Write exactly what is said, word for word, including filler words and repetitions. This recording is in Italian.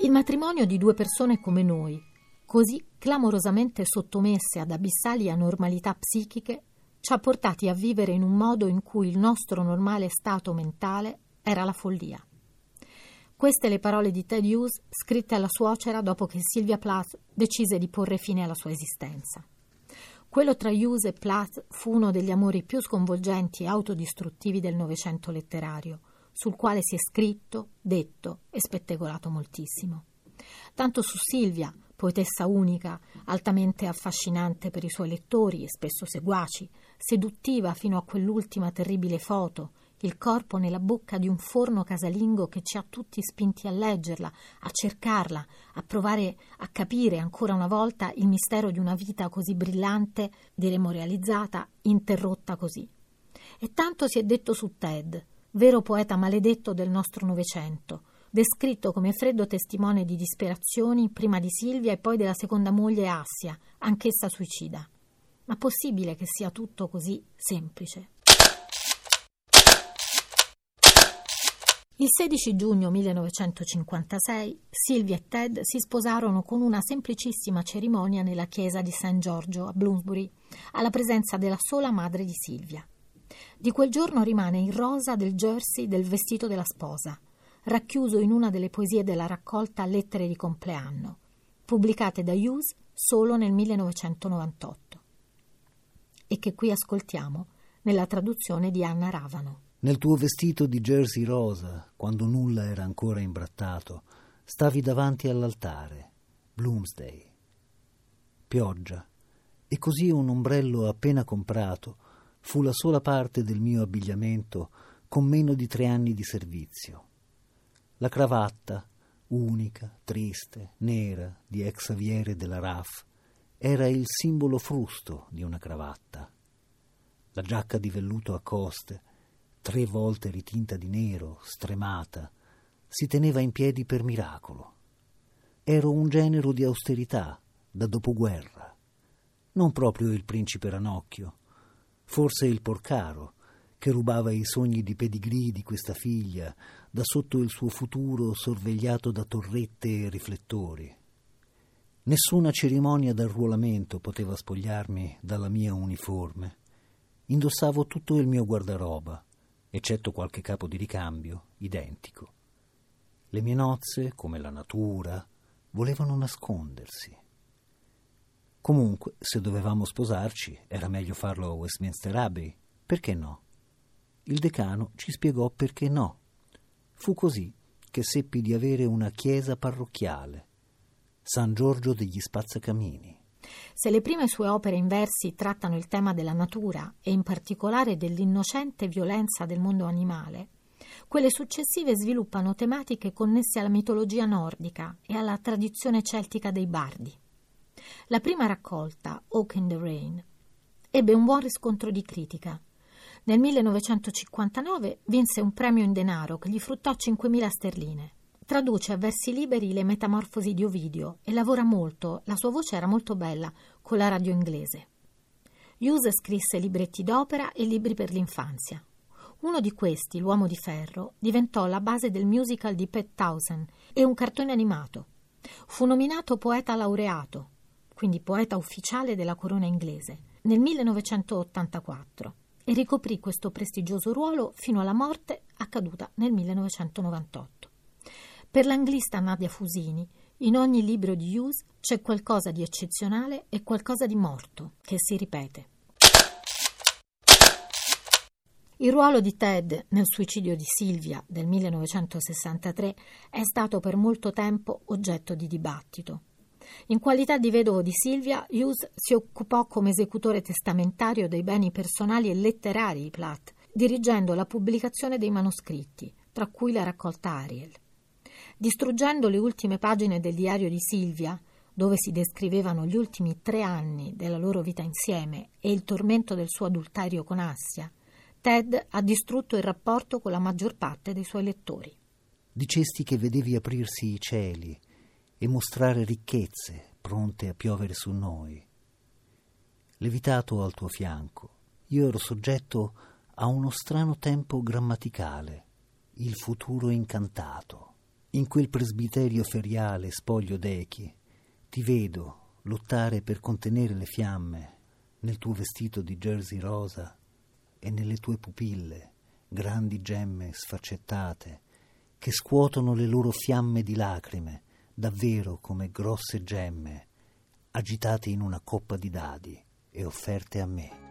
Il matrimonio di due persone come noi, così clamorosamente sottomesse ad abissali anormalità psichiche, ci ha portati a vivere in un modo in cui il nostro normale stato mentale era la follia. Queste le parole di Ted Hughes scritte alla suocera dopo che Sylvia Plath decise di porre fine alla sua esistenza. Quello tra Hughes e Plath fu uno degli amori più sconvolgenti e autodistruttivi del Novecento letterario, sul quale si è scritto, detto e spettacolato moltissimo. Tanto su Sylvia, poetessa unica, altamente affascinante per i suoi lettori e spesso seguaci, seduttiva fino a quell'ultima terribile foto, il corpo nella bocca di un forno casalingo che ci ha tutti spinti a leggerla, a cercarla, a provare a capire ancora una volta il mistero di una vita così brillante, diremo realizzata, interrotta così. E tanto si è detto su Ted, vero poeta maledetto del nostro Novecento, descritto come freddo testimone di disperazioni prima di Silvia e poi della seconda moglie Assia, anch'essa suicida. Ma possibile che sia tutto così semplice? Il sedici giugno millenovecentocinquantasei Sylvia e Ted si sposarono con una semplicissima cerimonia nella chiesa di San Giorgio a Bloomsbury, alla presenza della sola madre di Sylvia. Di quel giorno rimane il rosa del jersey del vestito della sposa, racchiuso in una delle poesie della raccolta Lettere di compleanno, pubblicate da Hughes solo nel millenovecentonovantotto, e che qui ascoltiamo nella traduzione di Anna Ravano. Nel tuo vestito di jersey rosa, quando nulla era ancora imbrattato, stavi davanti all'altare, Bloomsday. Pioggia, e così un ombrello appena comprato fu la sola parte del mio abbigliamento con meno di tre anni di servizio. La cravatta, unica, triste, nera, di ex aviere della R A F, era il simbolo frusto di una cravatta. La giacca di velluto a coste, tre volte ritinta di nero, stremata, si teneva in piedi per miracolo. Ero un genero di austerità, da dopoguerra. Non proprio il principe Ranocchio, forse il Porcaro, che rubava i sogni di pedigree di questa figlia da sotto il suo futuro sorvegliato da torrette e riflettori. Nessuna cerimonia d'arruolamento poteva spogliarmi dalla mia uniforme. Indossavo tutto il mio guardaroba, eccetto qualche capo di ricambio, identico. Le mie nozze, come la natura, volevano nascondersi. Comunque, se dovevamo sposarci, era meglio farlo a Westminster Abbey. Perché no? Il decano ci spiegò perché no. Fu così che seppi di avere una chiesa parrocchiale, San Giorgio degli Spazzacamini. Se le prime sue opere in versi trattano il tema della natura e in particolare dell'innocente violenza del mondo animale, quelle successive sviluppano tematiche connesse alla mitologia nordica e alla tradizione celtica dei bardi. La prima raccolta, Oak in the Rain, ebbe un buon riscontro di critica. Nel millenovecentocinquantanove vinse un premio in denaro che gli fruttò cinquemila sterline. Traduce a versi liberi le Metamorfosi di Ovidio e lavora molto, la sua voce era molto bella, con la radio inglese. Hughes scrisse libretti d'opera e libri per l'infanzia. Uno di questi, L'uomo di ferro, diventò la base del musical di Pet Townsend e un cartone animato. Fu nominato poeta laureato, quindi poeta ufficiale della corona inglese, nel millenovecentottantaquattro e ricoprì questo prestigioso ruolo fino alla morte accaduta nel millenovecentonovantotto. Per l'anglista Nadia Fusini, in ogni libro di Hughes c'è qualcosa di eccezionale e qualcosa di morto che si ripete. Il ruolo di Ted nel suicidio di Sylvia del millenovecentosessantatré è stato per molto tempo oggetto di dibattito. In qualità di vedovo di Sylvia, Hughes si occupò come esecutore testamentario dei beni personali e letterari di Plath, dirigendo la pubblicazione dei manoscritti, tra cui la raccolta Ariel. Distruggendo le ultime pagine del diario di Sylvia, dove si descrivevano gli ultimi tre anni della loro vita insieme e il tormento del suo adulterio con Assia, Ted ha distrutto il rapporto con la maggior parte dei suoi lettori. Dicesti che vedevi aprirsi i cieli e mostrare ricchezze pronte a piovere su noi. Levitato al tuo fianco, io ero soggetto a uno strano tempo grammaticale, il futuro incantato, In quel presbiterio feriale spoglio d'echi ti vedo lottare per contenere le fiamme nel tuo vestito di jersey rosa e nelle tue pupille grandi gemme sfaccettate che scuotono le loro fiamme di lacrime davvero come grosse gemme agitate in una coppa di dadi e offerte a me.